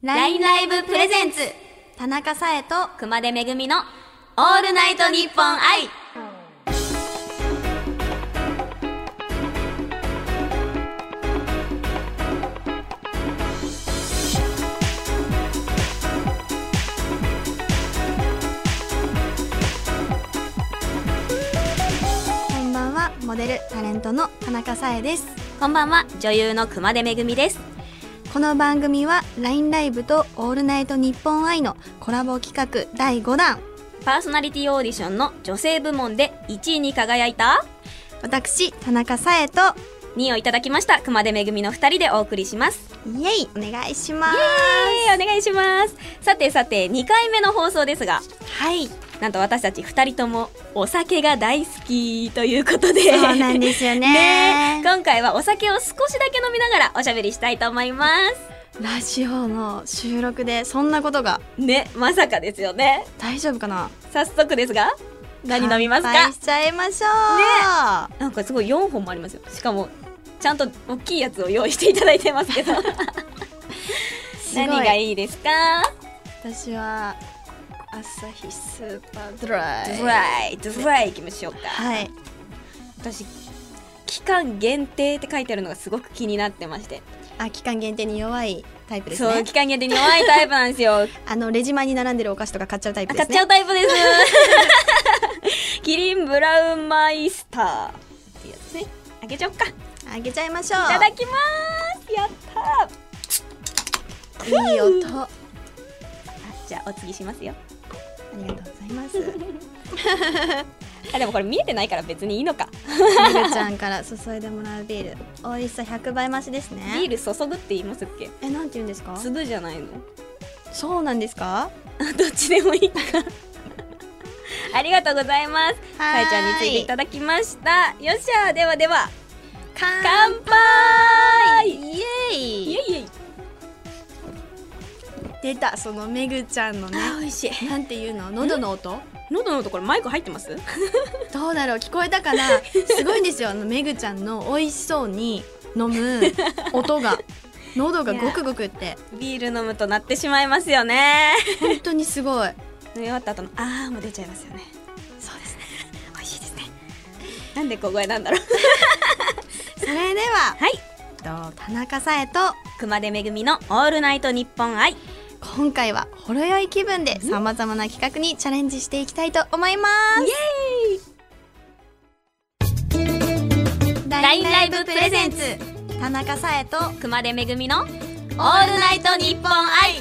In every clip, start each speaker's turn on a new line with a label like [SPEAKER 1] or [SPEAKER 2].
[SPEAKER 1] LINE ライブプレゼンツ田中さえと
[SPEAKER 2] 熊手めぐみのオールナイトニッポン愛。
[SPEAKER 1] こんばんは、モデルタレントの田中さえです。
[SPEAKER 2] こんばんは、女優の熊手めぐみです。
[SPEAKER 1] この番組は LINE ライブとオールナイトニッポン愛のコラボ企画第5弾。
[SPEAKER 2] パーソナリティオーディションの女性部門で1位に輝いた
[SPEAKER 1] 私田中さえと
[SPEAKER 2] 2位をいただきました熊手めぐみの2人でお送りします。
[SPEAKER 1] イエイお願いします。
[SPEAKER 2] イエーイお願いします。さて2回目の放送ですが、
[SPEAKER 1] はい、
[SPEAKER 2] なんと私たち2人ともお酒が大好きということで、
[SPEAKER 1] そうなんですよね
[SPEAKER 2] 今回はお酒を少しだけ飲みながらおしゃべりしたいと思います。
[SPEAKER 1] ラジオの収録でそんなことが
[SPEAKER 2] ね、まさかですよね。
[SPEAKER 1] 大丈夫かな。
[SPEAKER 2] 早速ですが、何飲みますか。
[SPEAKER 1] 乾杯しちゃいましょう。
[SPEAKER 2] ね、なんかすごい4本もありますよ。しかもちゃんと大きいやつを用意していただいてますけど何がいいですか。
[SPEAKER 1] 私はアサヒスーパードライ
[SPEAKER 2] ドライいきましょうか。
[SPEAKER 1] はい、
[SPEAKER 2] 私期間限定って書いてあるのがすごく気になってまして。
[SPEAKER 1] 期間限定に弱いタイプですね。
[SPEAKER 2] そう期間限定に弱いタイプなんですよ
[SPEAKER 1] レジ前に並んでるお菓子とか買っちゃうタイプですね。
[SPEAKER 2] 買っちゃうタイプですキリンブラウンマイスターってやつね。開けちゃおっか。
[SPEAKER 1] 開けちゃいましょう。
[SPEAKER 2] いただきます。やったー。
[SPEAKER 1] いい音
[SPEAKER 2] じゃあお次しますよ。
[SPEAKER 1] ありがとうございます
[SPEAKER 2] でもこれ見えてないから別にいいのか
[SPEAKER 1] めぐちゃんから注いでもらうビール、美味しさ100倍増しですね。
[SPEAKER 2] ビール注ぐって言いますっけ。
[SPEAKER 1] なんて言うんですか。
[SPEAKER 2] 継ぐじゃないの。
[SPEAKER 1] そうなんですか
[SPEAKER 2] どっちでもいいかありがとうございます。さえちゃんについていただきました。よっしゃ、ではでは乾杯。
[SPEAKER 1] イエーイ
[SPEAKER 2] イエイイエイ。
[SPEAKER 1] 出た、そのめぐちゃんのね、
[SPEAKER 2] 美味しい。
[SPEAKER 1] なんていうの、喉の音。
[SPEAKER 2] 喉の音、これマイク入ってます
[SPEAKER 1] どうだろう、聞こえたかなすごいんですよ、めぐちゃんの美味しそうに飲む音が喉がゴクゴクって。
[SPEAKER 2] ビール飲むとなってしまいますよね。
[SPEAKER 1] 本当にすごい。
[SPEAKER 2] 飲み終わった後のあーも出ちゃいますよね。
[SPEAKER 1] そうですね、
[SPEAKER 2] 美味しいですね。なんで小声なんだろう
[SPEAKER 1] それでは、
[SPEAKER 2] はい、
[SPEAKER 1] 田中さえと
[SPEAKER 2] 熊手めぐみのオールナイトニッポン愛。
[SPEAKER 1] 今回はほろ酔い気分でさまざまな企画にチャレンジしていきたいと思います。
[SPEAKER 2] イエーイ。 LINE ライブプレゼンツ
[SPEAKER 1] 田中さえと
[SPEAKER 2] 熊手めぐみのオールナイトニッポン愛。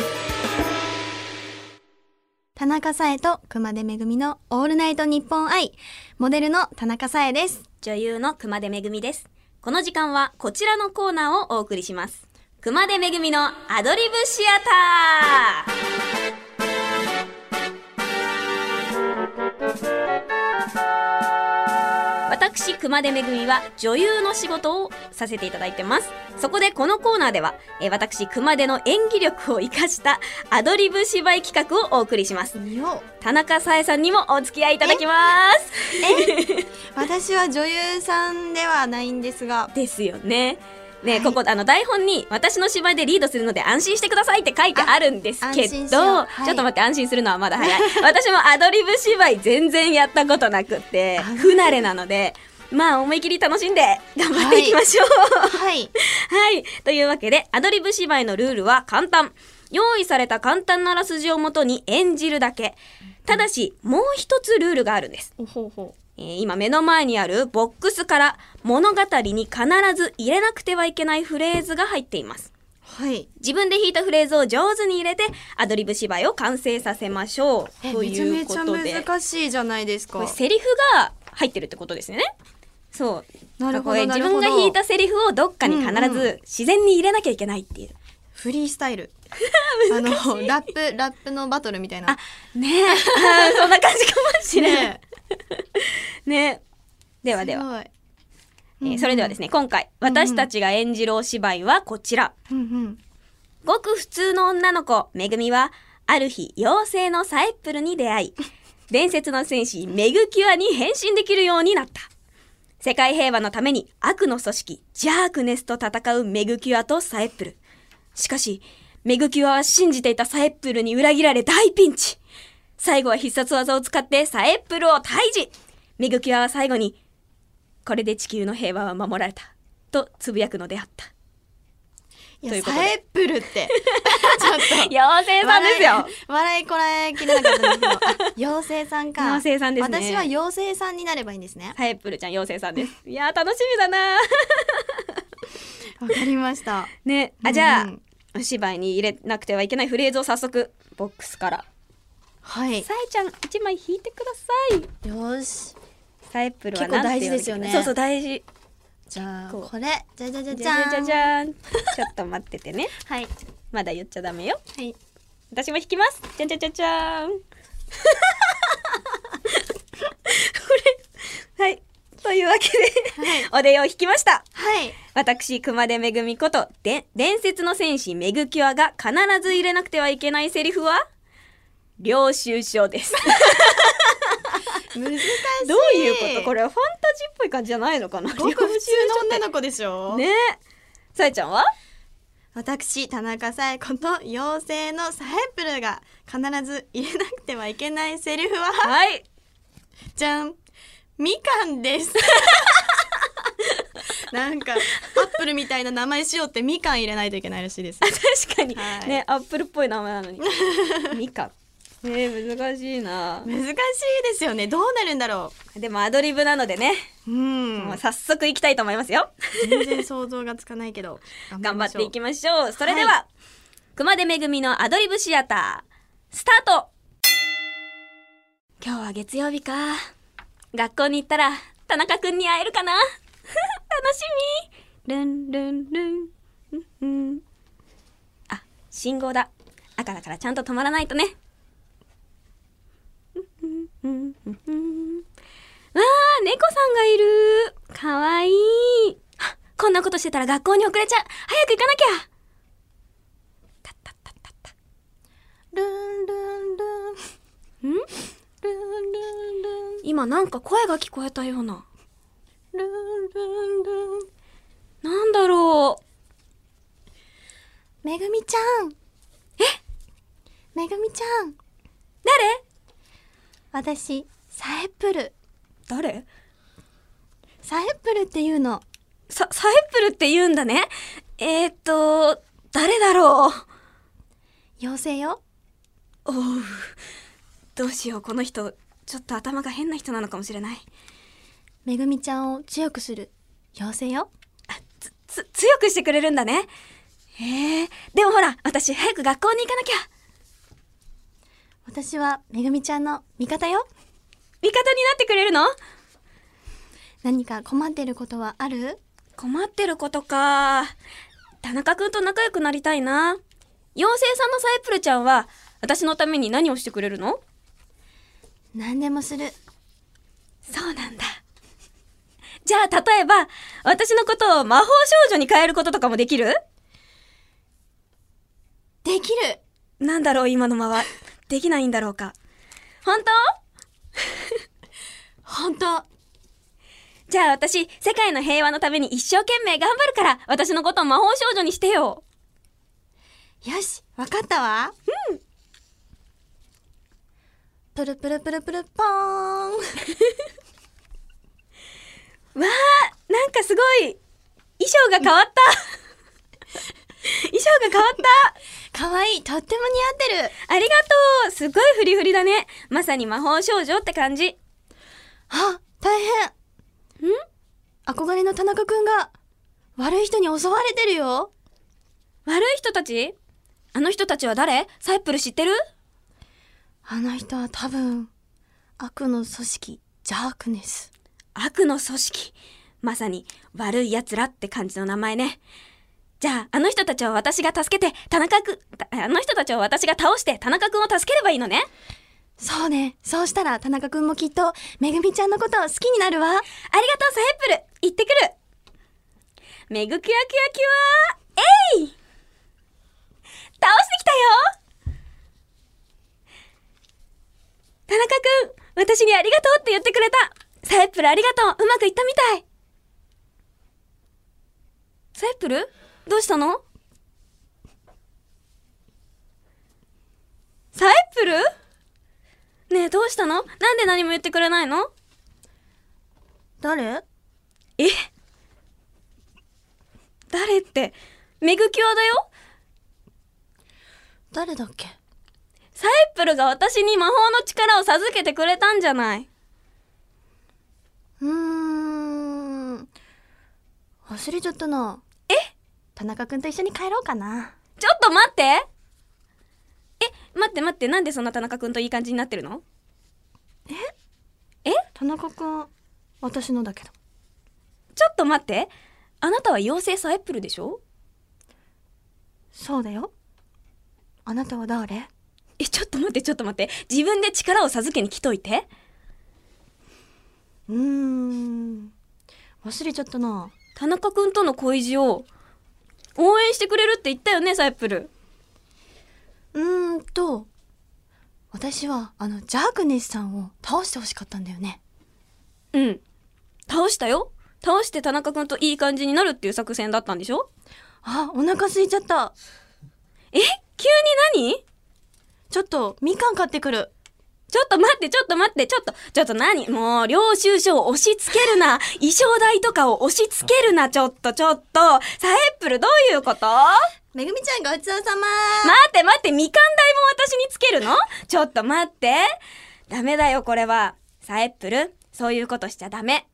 [SPEAKER 1] 田中さえと熊手めぐみのオールナイトニッポン愛。モデルの田中さえです。
[SPEAKER 2] 女優の熊手めぐみです。この時間はこちらのコーナーをお送りします。熊手めぐみのアドリブシアター。私熊手めぐみは女優の仕事をさせていただいてます。そこでこのコーナーでは私熊手の演技力を生かしたアドリブ芝居企画をお送りします。田中さえさんにもお付き合いいただきます
[SPEAKER 1] 私は女優さんではないんですが。
[SPEAKER 2] ですよね。ね、はい、ここ台本に私の芝居でリードするので安心してくださいって書いてあるんですけど、はい、ちょっと待って、安心するのはまだ早い私もアドリブ芝居全然やったことなくって不慣れなので、まあ思い切り楽しんで頑張っていきましょう。
[SPEAKER 1] はい、
[SPEAKER 2] はい、というわけでアドリブ芝居のルールは簡単。用意された簡単なあらすじをもとに演じるだけ。ただしもう一つルールがあるんです。今目の前にあるボックスから物語に必ず入れなくてはいけないフレーズが入っています。
[SPEAKER 1] はい、
[SPEAKER 2] 自分で弾いたフレーズを上手に入れてアドリブ芝居を完成させましょうということで。
[SPEAKER 1] めちゃめちゃ難しいじゃないですか。
[SPEAKER 2] これセリフが入ってるってことですよね。そう、
[SPEAKER 1] なるほど。
[SPEAKER 2] 自分が弾いたセリフをどっかに必ず自然に入れなきゃいけないっていう、
[SPEAKER 1] フリースタイルラップのバトルみたいな。
[SPEAKER 2] ねそんな感じかもしれないね。ではでは、それではですね、今回私たちが演じるお芝居はこちら。ごく普通の女の子めぐみはある日妖精のサエップルに出会い伝説の戦士メグキュアに変身できるようになった。世界平和のために悪の組織ジャークネスと戦うメグキュアとサエップル。しかしメグキュアは信じていたサエップルに裏切られ大ピンチ。最後は必殺技を使ってサエップルを退治。メグキュアは最後に、これで地球の平和は守られた。とつぶやくのであった。
[SPEAKER 1] いや、サエップルってちょっと
[SPEAKER 2] 妖精さんですよ。
[SPEAKER 1] 笑いこらえきれなかったんですけど、妖精さんか。
[SPEAKER 2] 妖精さんですね。
[SPEAKER 1] 私は妖精さんになればいいんですね。
[SPEAKER 2] サエップルちゃん妖精さんです。いやー、楽しみだな
[SPEAKER 1] わかりました
[SPEAKER 2] ね。じゃあ、お芝居に入れなくてはいけないフレーズを早速ボックスから。
[SPEAKER 1] はい。
[SPEAKER 2] さえちゃん1枚引いてください。
[SPEAKER 1] よし。
[SPEAKER 2] サエップルは
[SPEAKER 1] 結構大事ですよね。
[SPEAKER 2] そうそう、大事。
[SPEAKER 1] じゃあこれじゃじゃじゃじ
[SPEAKER 2] ゃんじゃじゃん。ちょっと待っててね。
[SPEAKER 1] はい。
[SPEAKER 2] まだ言っちゃダメよ。
[SPEAKER 1] はい。
[SPEAKER 2] 私も引きます。じゃじゃじゃじゃーん。これ、はい。というわけで、はい、お題を引きました。
[SPEAKER 1] はい。
[SPEAKER 2] 私、熊手めぐみこと伝説の戦士メグキュアが必ず入れなくてはいけないセリフは領収書です。
[SPEAKER 1] 難しい。
[SPEAKER 2] どういうこと？これはファンタジーっぽい感じじゃないのかな。
[SPEAKER 1] ごく普通の女の子でしょ
[SPEAKER 2] ね。さえちゃんは？
[SPEAKER 1] 私田中さえこと妖精のサエプルが必ず入れなくてはいけないセリフは、
[SPEAKER 2] はい、じ
[SPEAKER 1] ゃん、みかんです。なんかアップルみたいな名前しようってみかん入れないといけないらしいです。
[SPEAKER 2] 確かに、はい、ね、アップルっぽい名前なのにみかん。難しいな。
[SPEAKER 1] 難しいですよね。どうなるんだろ
[SPEAKER 2] う。でもアドリブなのでね、もう早速いきたいと思いますよ。
[SPEAKER 1] 全然想像がつかないけど
[SPEAKER 2] 頑張っていきましょう。それでは、はい、熊手めぐみのアドリブシアタースタート。今日は月曜日か。学校に行ったら田中くんに会えるかな。楽しみ。ルンルンルン、あ、信号だ。赤だからちゃんと止まらないとね。わー、猫さんがいる。かわいい。こんなことしてたら学校に遅れちゃう。早く行かなきゃ。たったったったった。
[SPEAKER 1] ルンルンルン。ルンルンルン。
[SPEAKER 2] 今なんか声が聞こえたような。
[SPEAKER 1] ルンルンルン。
[SPEAKER 2] なんだろう。
[SPEAKER 1] めぐみちゃん。めぐみちゃん。
[SPEAKER 2] 誰？
[SPEAKER 1] 私、サエプル。
[SPEAKER 2] 誰？
[SPEAKER 1] サエプルっていうの。
[SPEAKER 2] サエプルって言うんだね。誰だろう。
[SPEAKER 1] 妖精よ。
[SPEAKER 2] おう、どうしよう。この人ちょっと頭が変な人なのかもしれない。
[SPEAKER 1] めぐみちゃんを強くする妖精よ。
[SPEAKER 2] 強くしてくれるんだね。でもほら、私早く学校に行かなきゃ。
[SPEAKER 1] 私はめぐみちゃんの味方よ。
[SPEAKER 2] 味方になってくれるの？
[SPEAKER 1] 何か困ってることはある？
[SPEAKER 2] 困ってることか。田中くんと仲良くなりたいな。妖精さんのサエプルちゃんは私のために何をしてくれるの？
[SPEAKER 1] 何でもする。
[SPEAKER 2] そうなんだ。じゃあ例えば私のことを魔法少女に変えることとかもできる？
[SPEAKER 1] できる。
[SPEAKER 2] なんだろう、今の間は。できないんだろうか。本当？
[SPEAKER 1] 本当。
[SPEAKER 2] じゃあ私、世界の平和のために一生懸命頑張るから、私のことを魔法少女にしてよ。
[SPEAKER 1] よし、わかったわ。プルプルプルプルポーン。わ
[SPEAKER 2] ー、なんかすごい衣装が変わった。衣装が変わった。
[SPEAKER 1] かわいい。とっても似合ってる。
[SPEAKER 2] ありがとう。すごいフリフリだね。まさに魔法少女って感じ。
[SPEAKER 1] あ、大変。憧れの田中くんが悪い人に襲われてるよ。
[SPEAKER 2] 悪い人たち？あの人たちは誰？サイプル知ってる？
[SPEAKER 1] あの人は多分悪の組織ジャークネス。
[SPEAKER 2] 悪の組織。まさに悪い奴らって感じの名前ね。じゃああの人たちを私が助けてあの人たちを私が倒して田中くんを助ければいいのね。
[SPEAKER 1] そうね。そうしたら田中くんもきっとめぐみちゃんのことを好きになるわ。ありがとう
[SPEAKER 2] サエプル。行ってくる。めぐキュアキュアキュア、えい！倒してきたよ。田中くん、私にありがとうって言ってくれた。サエプルありがとう。うまくいったみたい。サエプル？どうしたの？ したの？なんで何も言ってくれないの？
[SPEAKER 1] 誰？
[SPEAKER 2] え？誰って、メグキュアだよ。
[SPEAKER 1] 誰だっけ？
[SPEAKER 2] サエップルが私に魔法の力を授けてくれたんじゃない。
[SPEAKER 1] 忘れちゃったな。田中くんと一緒に帰ろうかな。
[SPEAKER 2] ちょっと待って。待って、なんでそんな田中くんといい感じになってるの？
[SPEAKER 1] 田中くん、私のだけど。
[SPEAKER 2] ちょっと待って。あなたは妖精サエップルでしょ？
[SPEAKER 1] そうだよ。あなたは誰？
[SPEAKER 2] ちょっと待って。自分で力を授けに来といて。
[SPEAKER 1] 忘れちゃったな。
[SPEAKER 2] 田中くんとの恋路を応援してくれるって言ったよね、サエップル。
[SPEAKER 1] 私はジャークネスさんを倒してほしかったんだよね。
[SPEAKER 2] 倒したよ。倒して田中くんといい感じになるっていう作戦だったんでしょ？
[SPEAKER 1] お腹空いちゃった。
[SPEAKER 2] 急に何？
[SPEAKER 1] ちょっとみかん買ってくる。
[SPEAKER 2] ちょっと待って、ちょっと何？もう領収書を押し付けるな。衣装代とかを押し付けるな。ちょっと。サエップルどういうこと？
[SPEAKER 1] めぐみちゃんごちそうさま。
[SPEAKER 2] 待って、みかん代も私につけるの？ちょっと待って。ダメだよ、これは。サエップル、そういうことしちゃダメ。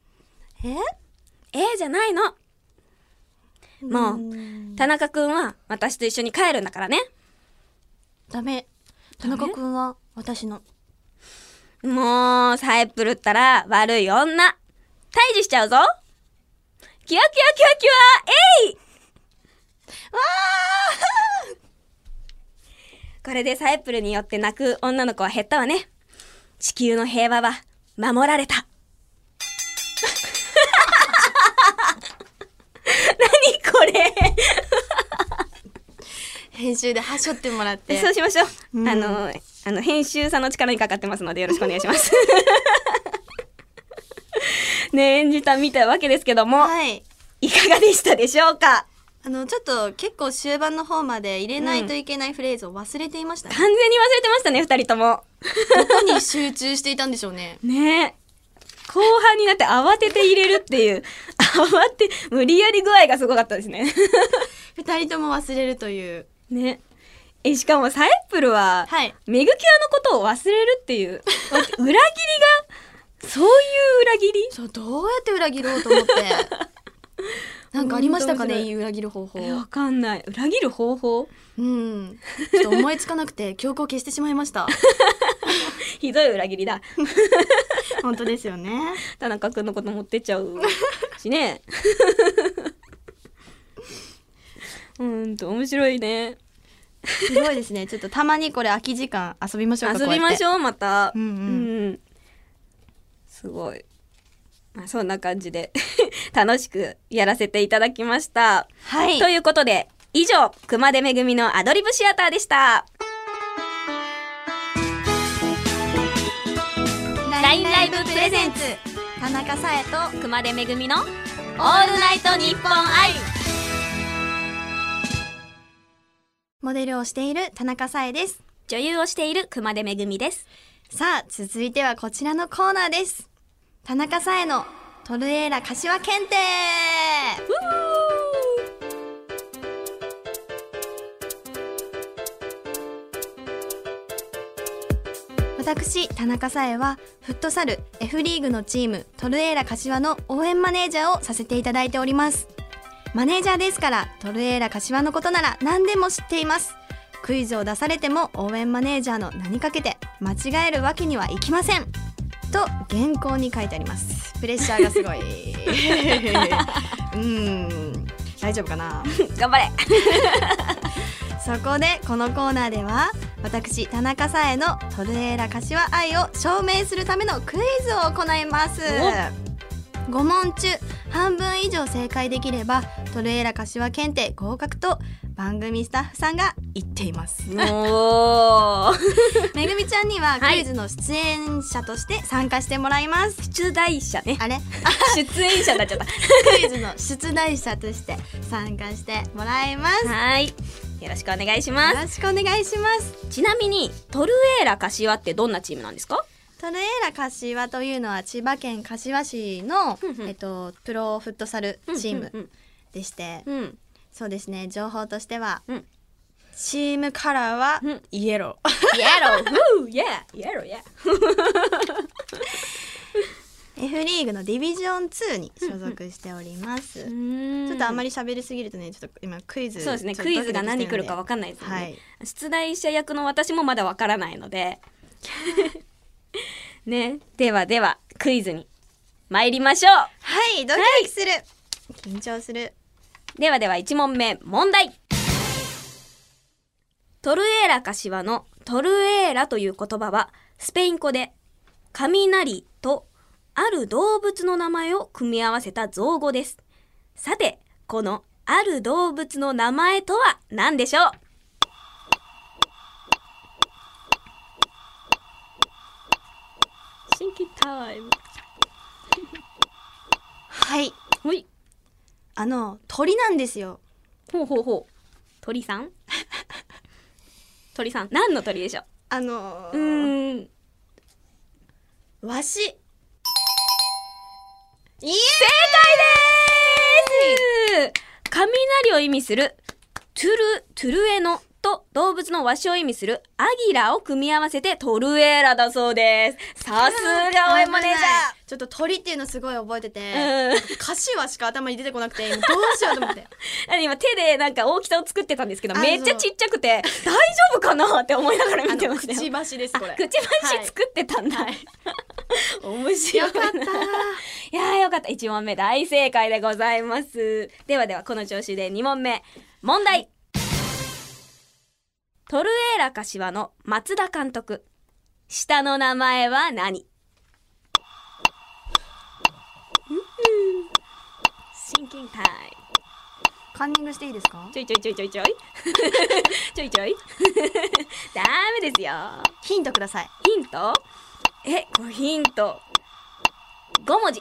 [SPEAKER 2] じゃないの。もう、田中くんは私と一緒に帰るんだからね。
[SPEAKER 1] ダメ。田中くんは私の。
[SPEAKER 2] もう、サエップルったら悪い女。退治しちゃうぞ。キュア、えい！これでサエップルによって泣く女の子は減ったわね。地球の平和は守られた。何これ？
[SPEAKER 1] 編集ではしょってもらって。
[SPEAKER 2] そうしましょう。編集さんの力にかかってますのでよろしくお願いします。ね、演じたみたいわけですけども、いかがでしたでしょうか？
[SPEAKER 1] ちょっと結構終盤の方まで入れないといけないフレーズを忘れていましたね。
[SPEAKER 2] 完全に忘れてましたね、二人とも。
[SPEAKER 1] どこに集中していたんでしょうね。
[SPEAKER 2] ねえ。後半になって慌てて入れるっていう、無理やり具合がすごかったですね。
[SPEAKER 1] 二人とも忘れるという。
[SPEAKER 2] ね。しかもサエップルは、メグキュアのことを忘れるっていう、裏切りが、そういう裏切り？
[SPEAKER 1] そう、どうやって裏切ろうと思って。なんかありましたかね、いい裏切る方法。
[SPEAKER 2] わかんない。裏切る方法？
[SPEAKER 1] ちょっと思いつかなくて記憶を消してしまいました。
[SPEAKER 2] ひどい裏切りだ。
[SPEAKER 1] 本当ですよね。
[SPEAKER 2] 田中くんのこと持ってっちゃうしね。面白いね。
[SPEAKER 1] すごいですね。ちょっとたまにこれ空き時間遊びましょうか。
[SPEAKER 2] 遊びましょう、また。すごい。そんな感じで楽しくやらせていただきました。ということで以上、熊手めぐみのアドリブシアターでした。LINE ライブプレゼンツ、
[SPEAKER 1] 田中さえと
[SPEAKER 2] 熊手めぐみのオールナイトニッポン愛。
[SPEAKER 1] モデルをしている田中さえです。
[SPEAKER 2] 女優をしている熊手めぐみです。
[SPEAKER 1] さあ、続いてはこちらのコーナーです。田中さえのトルエーラ柏検定。私田中さえはフットサル F リーグのチームトルエーラ柏の応援マネージャーをさせていただいております。マネージャーですからトルエーラ柏のことなら何でも知っています。クイズを出されても応援マネージャーの名にかけて間違えるわけにはいきませんと原稿に書いてあります。プレッシャーがすごい。大丈夫かな。
[SPEAKER 2] 頑張れ。
[SPEAKER 1] そこでこのコーナーでは私田中さえのトルエーラ柏愛を証明するためのクイズを行います。5問中半分以上正解できればトルエーラ柏検定合格と番組スタッフさんが言っています。
[SPEAKER 2] おー。
[SPEAKER 1] めぐみちゃんにはクイズの出演者として参加してもらいます。
[SPEAKER 2] 出題者ね。
[SPEAKER 1] あれ
[SPEAKER 2] 出演者になっちゃった。
[SPEAKER 1] クイズの出題者として参加してもらいます。
[SPEAKER 2] はい。 よろしくお願いします。
[SPEAKER 1] よろしくお願いします。
[SPEAKER 2] ちなみにトルエーラ柏ってどんなチームなんですか？
[SPEAKER 1] トルエーラ柏というのは千葉県柏市の、プロフットサルチームでして、そうですね、情報としては、チームカラーはイエロー。
[SPEAKER 2] イエロー、イエロー、イエロー。
[SPEAKER 1] F リーグのディビジョン2に所属しております。ちょっとあんまり喋りすぎるとね、ちょっと今クイズ、
[SPEAKER 2] そうですね、クイズが何来るか分かんないですよね。出題者役の私もまだ分からないのでね、ではではクイズに参りましょう。
[SPEAKER 1] はい、ドキドキする、緊張する。
[SPEAKER 2] ではでは1問目、問題。トルエーラ柏のトルエーラという言葉はスペイン語で雷とある動物の名前を組み合わせた造語です。さて、このある動物の名前とは何でしょう？シンキンタイム。
[SPEAKER 1] はい。
[SPEAKER 2] ほい。
[SPEAKER 1] 鳥なんですよ。
[SPEAKER 2] ほうほうほう。鳥さん？鳥さん。何の鳥でしょう？
[SPEAKER 1] わし。
[SPEAKER 2] 正解です。雷を意味するトゥルエノと動物のワシを意味するアギラを組み合わせてトルエーラだそうです。さすが応援マネージャー。
[SPEAKER 1] ちょっと鳥っていうのすごい覚えてて、柏しか頭に出てこなくて、今どうしようと思って
[SPEAKER 2] 今手でなんか大きさを作ってたんですけど、めっちゃちっちゃくて大丈夫かなって思いながら見てましたよ。
[SPEAKER 1] くちばしですこれ。
[SPEAKER 2] くちばし作ってたんだ、面白い。よかった。いやーよかった。1問目大正解でございます。ではではこの調子で2問目、問題。トルエーラ柏の松田監督、下の名前は何？シンキングタイム。
[SPEAKER 1] カンニングしていいですか？
[SPEAKER 2] ちょいちょいちょいちょいちょいちょいちょいダメですよ。
[SPEAKER 1] ヒントください。
[SPEAKER 2] ヒント？これヒント5文字。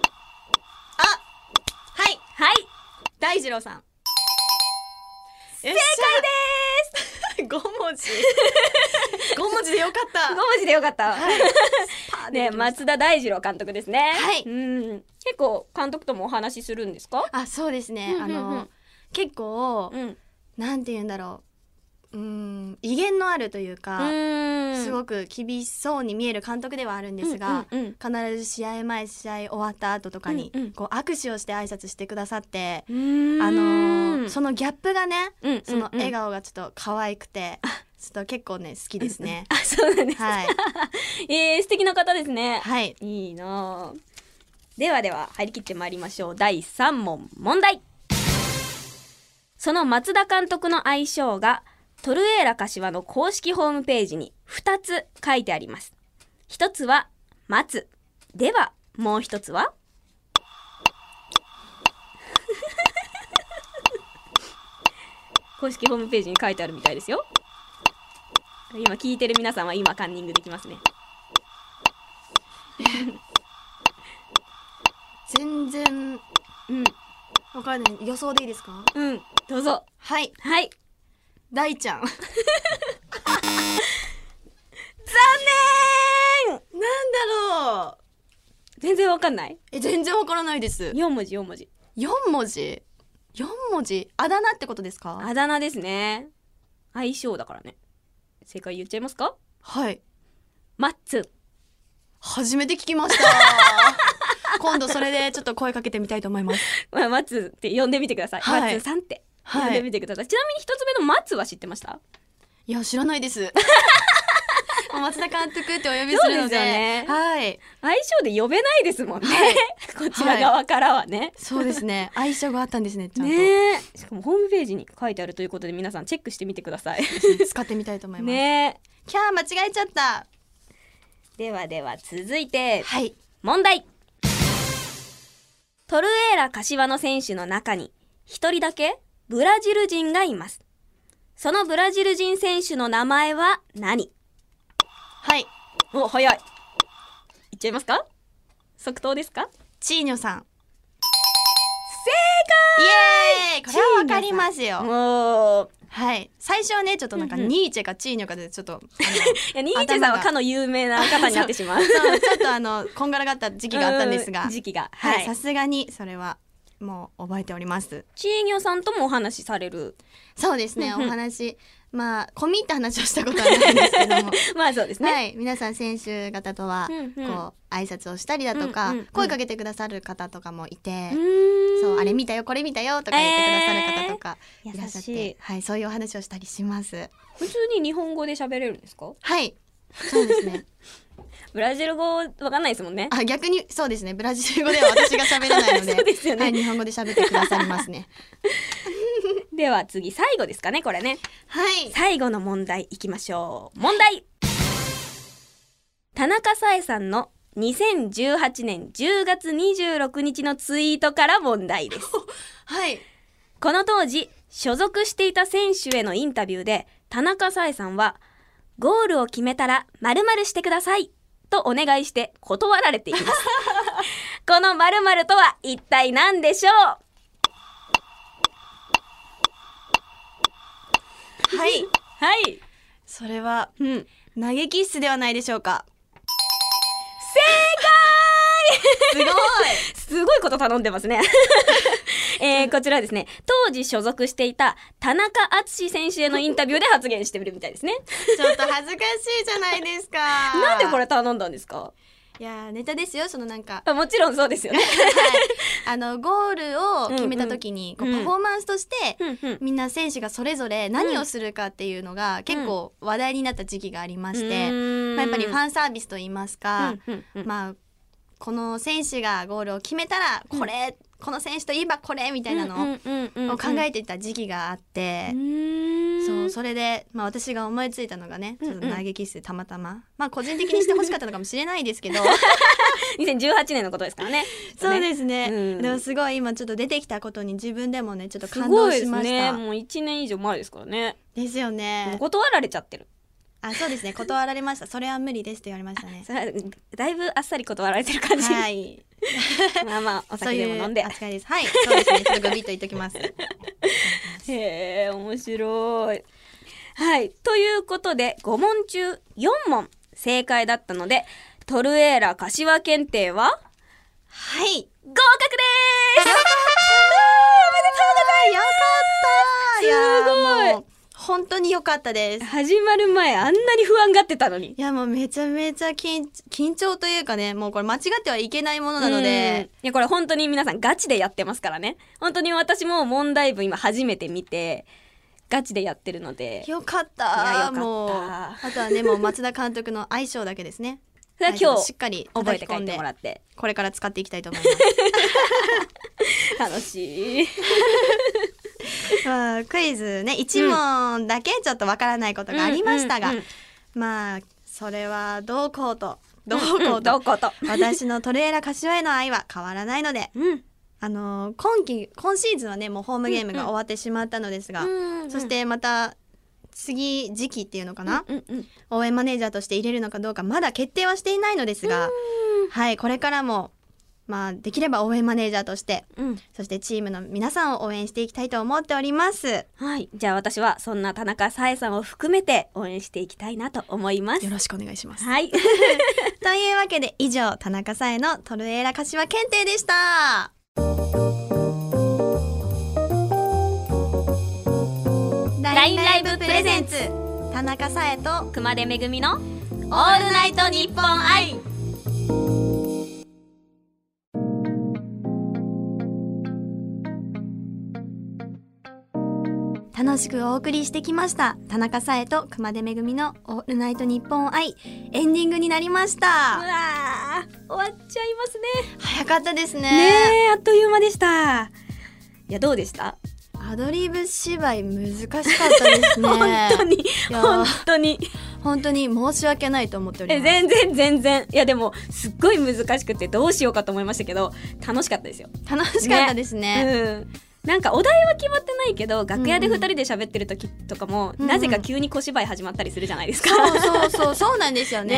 [SPEAKER 1] はい
[SPEAKER 2] はい、
[SPEAKER 1] 大二郎さん。
[SPEAKER 2] 正解です
[SPEAKER 1] 5文字5文字でよかった。
[SPEAKER 2] 5文字でよかった、ね、松田大二郎監督ですね。結構監督ともお話しするんですか？
[SPEAKER 1] そうですね、結構、なんて言うんだろう、威厳のあるというか、すごく厳しそうに見える監督ではあるんですが、必ず試合前試合終わった後とかに、こう握手をして挨拶してくださって、そのギャップがね、その笑顔がちょっと可愛くて、ちょっと結構ね好きですね。
[SPEAKER 2] そうなんですか。素敵な方ですね。
[SPEAKER 1] い
[SPEAKER 2] いな。ではでは張り切ってまいりましょう。第3問、問題。その松田監督の愛称がトルエーラ柏の公式ホームページに2つ書いてあります。1つは松では、もう1つは公式ホームページに書いてあるみたいですよ。今聞いてる皆さんは今カンニングできますね。
[SPEAKER 1] 全然わからない。予想でいいですか？
[SPEAKER 2] どうぞ。はい。
[SPEAKER 1] 大ちゃん。残
[SPEAKER 2] 念。
[SPEAKER 1] なんだろう。
[SPEAKER 2] 全然わかんない。
[SPEAKER 1] 全然わからないです。
[SPEAKER 2] 4文字4文字。
[SPEAKER 1] 4文字4文字。あだ名ってことですか？
[SPEAKER 2] あだ名ですね。愛称だからね。正解言っちゃいますか？
[SPEAKER 1] はい。
[SPEAKER 2] マッツ。
[SPEAKER 1] 初めて聞きました。今度それでちょっと声かけてみたいと思います。
[SPEAKER 2] マッツって呼んでみてください。マッツさんって呼んでみてください。ちなみに一つ目のマッツは知ってました？
[SPEAKER 1] いや、知らないです。松田監督ってお呼びするので、
[SPEAKER 2] 愛称で呼べないですもんね。こちら側からはね。
[SPEAKER 1] そうですね。愛称があったんですね。ちゃんと。
[SPEAKER 2] しかもホームページに書いてあるということで、皆さんチェックしてみてください。
[SPEAKER 1] 使ってみたいと思います。
[SPEAKER 2] キ
[SPEAKER 1] ャー、間違えちゃった。
[SPEAKER 2] ではでは続いて、問題。トルエーラ柏の選手の中に一人だけブラジル人がいます。そのブラジル人選手の名前は何？お、早い。言っちゃいますか？即答ですか？
[SPEAKER 1] チーニョさん。 イエーイ、これはわかりますよ。
[SPEAKER 2] もう
[SPEAKER 1] はい、最初はねちょっとなんかニーチェかチーニョかでちょっと
[SPEAKER 2] いやニーチェさんはかの有名な方になってしまう
[SPEAKER 1] そうちょっとこんがらがった時期があったんですが、
[SPEAKER 2] 時期が
[SPEAKER 1] はい、さすがにそれはもう覚えております。
[SPEAKER 2] チーニョさんともお話しされる。
[SPEAKER 1] そうですね、お話、まあ込み入った話をしたことはないんですけども
[SPEAKER 2] まあそうですね、
[SPEAKER 1] はい、皆さん選手方とはこう挨拶をしたりだとか、声かけてくださる方とかもいて、そうあれ見たよこれ見たよとか言ってくださる方とかいらっしゃって、はい、そういうお話をしたりします。
[SPEAKER 2] 普通に日本語で喋れるんですか？
[SPEAKER 1] はい、そうですね
[SPEAKER 2] ブラジル語わかんないですもんね。
[SPEAKER 1] あ、逆にそうですね、ブラジル語では私が喋れないので
[SPEAKER 2] そうですよね、
[SPEAKER 1] はい、日本語で喋ってくださりますね
[SPEAKER 2] では次最後ですかね、これね。
[SPEAKER 1] はい、
[SPEAKER 2] 最後の問題いきましょう。問題。田中紗恵さんの2018年10月26日のツイートから問題です
[SPEAKER 1] はい、
[SPEAKER 2] この当時所属していた選手へのインタビューで田中紗恵さんはゴールを決めたら〇〇してくださいとお願いして断られていますこの〇〇とは一体何でしょう？
[SPEAKER 1] はい
[SPEAKER 2] はい、
[SPEAKER 1] それは、投げキッスではないでしょうか。
[SPEAKER 2] 正解すごいこと頼んでますねこちらですね、当時所属していた田中篤選手へのインタビューで発言してみるみたいですね
[SPEAKER 1] ちょっと恥ずかしいじゃないですか
[SPEAKER 2] なんでこれ頼んだんですか？
[SPEAKER 1] いやネタですよ、そのなんか
[SPEAKER 2] もちろんそうですよね
[SPEAKER 1] はい、ゴールを決めた時に、こうパフォーマンスとして、みんな選手がそれぞれ何をするかっていうのが結構話題になった時期がありまして、やっぱりファンサービスといいますか、まあこの選手がゴールを決めたらこれ、この選手といえばこれみたいなのを考えていた時期があって、それで、まあ、私が思いついたのがね、ちょっと投げキッスでたまたま、まあ個人的にしてほしかったのかもしれないですけど
[SPEAKER 2] 2018年のことですからね
[SPEAKER 1] そうですね、でもすごい今ちょっと出てきたことに自分でもねちょっと感動しました。すごいですね、
[SPEAKER 2] もう1年以上前ですからね。
[SPEAKER 1] ですよね。
[SPEAKER 2] 断られちゃってる。
[SPEAKER 1] あ、そうですね、断られました。それは無理ですって言われましたね。
[SPEAKER 2] それはだいぶあっさり断られてる感じ。はいまあまあお酒でも飲んで
[SPEAKER 1] 扱いです。はい、そうですね、ちょっとグビッと言っときます
[SPEAKER 2] へえ、面白い。はい、ということで5問中4問正解だったのでトルエーラ柏検定は
[SPEAKER 1] はい、合格で
[SPEAKER 2] ーす。おめでとうございます。
[SPEAKER 1] よかった。すごい、本当に良かったです。
[SPEAKER 2] 始まる前あんなに不安がってたのに。
[SPEAKER 1] いやもうめちゃめちゃ緊張というかね、もうこれ間違ってはいけないものなので、
[SPEAKER 2] いやこれ本当に皆さんガチでやってますからね。本当に私も問題文今初めて見てガチでやってるので
[SPEAKER 1] よかった。
[SPEAKER 2] いやよかった。
[SPEAKER 1] もうあとはね、もう松田監督の相性だけですね。
[SPEAKER 2] それは今日
[SPEAKER 1] しっかり
[SPEAKER 2] 覚えて帰ってもらって
[SPEAKER 1] これから使っていきたいと思います
[SPEAKER 2] 楽しい
[SPEAKER 1] まあ、クイズね1問だけちょっとわからないことがありましたが、まあそれはどうこうと私のトルエーラ柏への愛は変わらないので、今シーズンはねもうホームゲームが終わってしまったのですが、そしてまた次期っていうのかな、応援マネージャーとして入れるのかどうかまだ決定はしていないのですが、はい、これからもまあできれば応援マネージャーとして、そしてチームの皆さんを応援していきたいと思っております。
[SPEAKER 2] はい、じゃあ私はそんな田中紗恵さんを含めて応援していきたいなと思います。
[SPEAKER 1] よろしくお願いします。
[SPEAKER 2] はい
[SPEAKER 1] というわけで以上田中紗恵のトルエーラ柏検定でした。LINE ライブプレゼンツ田中紗恵と
[SPEAKER 2] 熊手めぐみのオ
[SPEAKER 1] ールナイトニッポン愛。楽しくお送りしてきました田中紗恵と熊手めぐみのオールナイトニッポン愛、エンディングになりました。
[SPEAKER 2] うわー、終わっちゃいますね。
[SPEAKER 1] 早かったですね。
[SPEAKER 2] ねえ、あっという間でした。いやどうでした？
[SPEAKER 1] アドリブ芝居難しかったですね本当に申し訳ないと思っております。
[SPEAKER 2] 全然いやでもすっごい難しくてどうしようかと思いましたけど楽しかったですよ。
[SPEAKER 1] 楽しかったですね。
[SPEAKER 2] なんかお題は決まってないけど楽屋で2人で喋ってる時とかも、なぜか急に小芝居始まったりするじゃないですか。
[SPEAKER 1] そうなんですよね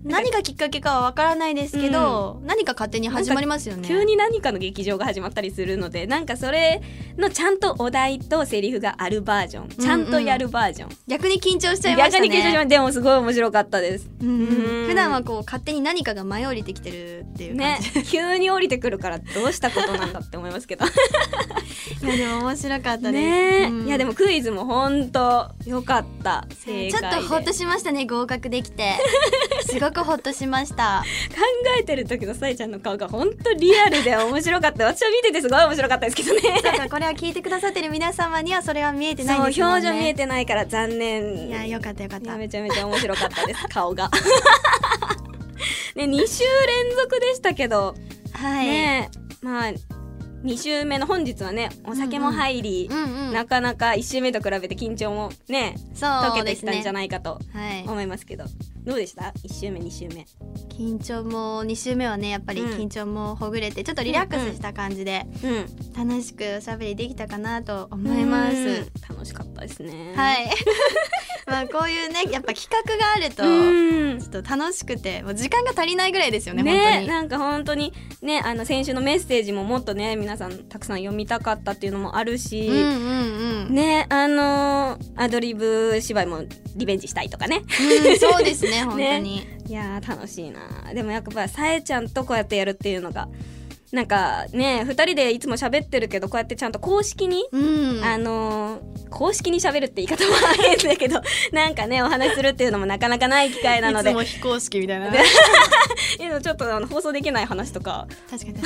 [SPEAKER 1] 何がきっかけかはわからないですけど、何か勝手に始まりますよね。
[SPEAKER 2] 急に何かの劇場が始まったりするので、なんかそれのちゃんとお題とセリフがあるバージョン、ちゃんとやるバージョン、
[SPEAKER 1] 逆に緊張しちゃいましたね。
[SPEAKER 2] 逆に緊張しました。でもすごい面白かったです。
[SPEAKER 1] 普段はこう勝手に何かが舞い降りてきてるっていう感じ、
[SPEAKER 2] 急に降りてくるからどうしたことなんだって思いますけど
[SPEAKER 1] いやでも面白かったです
[SPEAKER 2] ね。いやでもクイズも本当良かった。正解で
[SPEAKER 1] ちょっとほっとしましたね、合格できてすごくほっとしました。
[SPEAKER 2] 考えてる時のさえちゃんの顔が本当リアルで面白かった。私は見ててすごい面白かったですけどね。
[SPEAKER 1] だからこれは聞いてくださってる皆様にはそれは見えてないですもんね。
[SPEAKER 2] そう、表情見えてないから残念。
[SPEAKER 1] いやよかったよかった。
[SPEAKER 2] めちゃめちゃ面白かったです顔がね、2週連続でしたけど、
[SPEAKER 1] はい、
[SPEAKER 2] ね、まあ2週目の本日はね、お酒も入り、なかなか1週目と比べて緊張もね解けてきたんじゃないかと思いますけど、どうでした？ 1 週目2週目
[SPEAKER 1] 緊張も2週目はねやっぱり緊張もほぐれてちょっとリラックスした感じで楽しくおしゃべりできたかなと思います。
[SPEAKER 2] 楽しかったですね。
[SPEAKER 1] はいまあこういうねやっぱ企画があるとちょっと楽しくてもう時間が足りないぐらいですよね。本当に
[SPEAKER 2] なんか本当にね、先週のメッセージももっとね皆さんたくさん読みたかったっていうのもあるし、ね、アドリブ芝居もリベンジしたいとかね、
[SPEAKER 1] そうですね本当に
[SPEAKER 2] ね、いや楽しいな。でもやっぱさえちゃんとこうやってやるっていうのがなんかね、2人でいつも喋ってるけどこうやってちゃんと公式に、公式に喋るって言い方も変だけどなんかねお話しするっていうのもなかなかない機会なので、
[SPEAKER 1] いつも非公式みたいな
[SPEAKER 2] ちょっと放送できない話とか
[SPEAKER 1] 確かに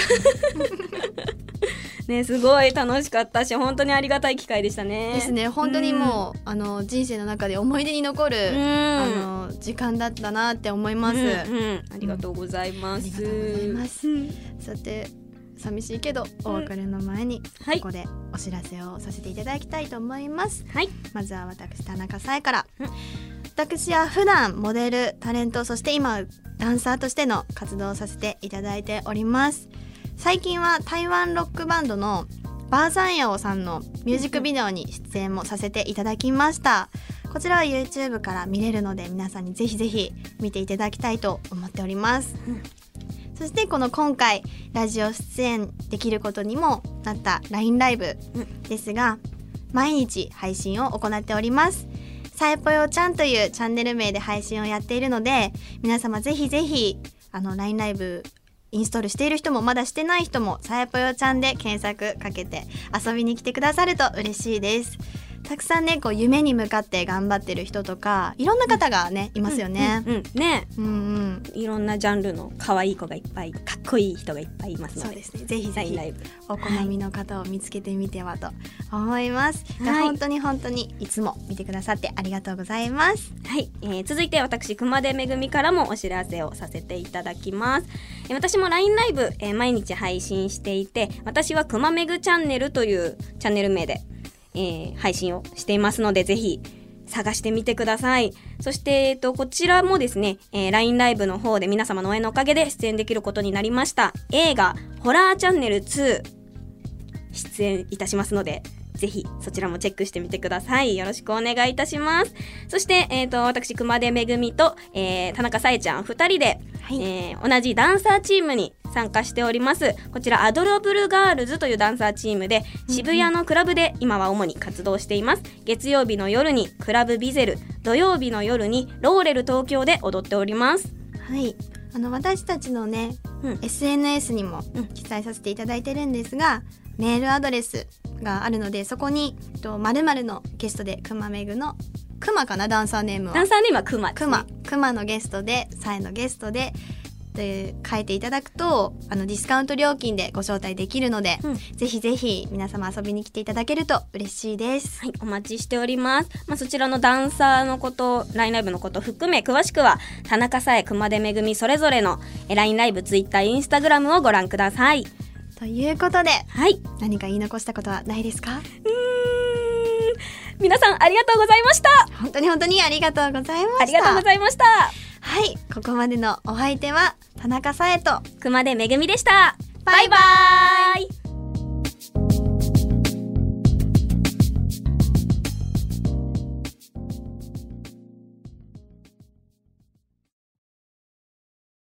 [SPEAKER 2] ね、すごい楽しかったし本当にありがたい機会でしたね。
[SPEAKER 1] ですね。本当にもう、人生の中で思い出に残る、時間だったなって思います。
[SPEAKER 2] ありがとうございます。
[SPEAKER 1] ありがとうございます。さて寂しいけどお別れの前に、ここでお知らせをさせていただきたいと思います。まずは私田中さえから、私は普段モデル、タレント、そして今ダンサーとしての活動をさせていただいております。最近は台湾ロックバンドのバーザンヤオさんのミュージックビデオに出演もさせていただきました。こちらは YouTube から見れるので皆さんにぜひぜひ見ていただきたいと思っております。そしてこの今回ラジオ出演できることにもなった LINE ライブですが、毎日配信を行っております。さえぽよちゃんというチャンネル名で配信をやっているので、皆様ぜひぜひLINE ライブインストールしている人もまだしてない人もさえぽよちゃんで検索かけて遊びに来てくださると嬉しいです。たくさんねこう夢に向かって頑張ってる人とかいろんな方がねいますよね。
[SPEAKER 2] いろんなジャンルの可愛い子がいっぱい、かっこいい人がいっぱいいますので、
[SPEAKER 1] そうですね、ぜひぜひお好みの方を見つけてみてはと思います。本当に本当にいつも見てくださってありがとうございます。
[SPEAKER 2] 続いて私熊手めぐみからもお知らせをさせていただきます。私も LINE ライブ、毎日配信していて、私は熊めぐチャンネルというチャンネル名で配信をしていますのでぜひ探してみてください。そして、こちらもですね、LINE ライブの方で皆様の応援のおかげで出演できることになりました映画ホラーチャンネル2出演いたしますのでぜひそちらもチェックしてみてください。よろしくお願いいたします。そして、私熊手めぐみと、田中さえちゃん2人で、同じダンサーチームに参加しております。こちらアドラブルガールズというダンサーチームで渋谷のクラブで今は主に活動しています。月曜日の夜にクラブビゼル、土曜日の夜にローレル東京で踊っております。
[SPEAKER 1] 私たちのね、SNS にも記載させていただいてるんですが、メールアドレスがあるのでそこに〇〇のゲストでくまめぐのくまかな、ダンサーネームは
[SPEAKER 2] くまですね。
[SPEAKER 1] くまのゲストでさえのゲストで書いていただくとディスカウント料金でご招待できるので、ぜひぜひ皆様遊びに来ていただけると嬉しいです。
[SPEAKER 2] お待ちしております。そちらのダンサーのこと、LINE ライブのこと含め詳しくは田中さえ、熊手めぐみそれぞれの LINE ライブ、Twitter、Instagram をご覧ください。
[SPEAKER 1] ということで、何か言い残したことはないですか？
[SPEAKER 2] 皆さんありがとうございました。
[SPEAKER 1] 本当に本当にありがとうございました。
[SPEAKER 2] ありがとうございました。
[SPEAKER 1] ここまでのお相手は田中さえと
[SPEAKER 2] 熊手めぐみでした。バイバーイ。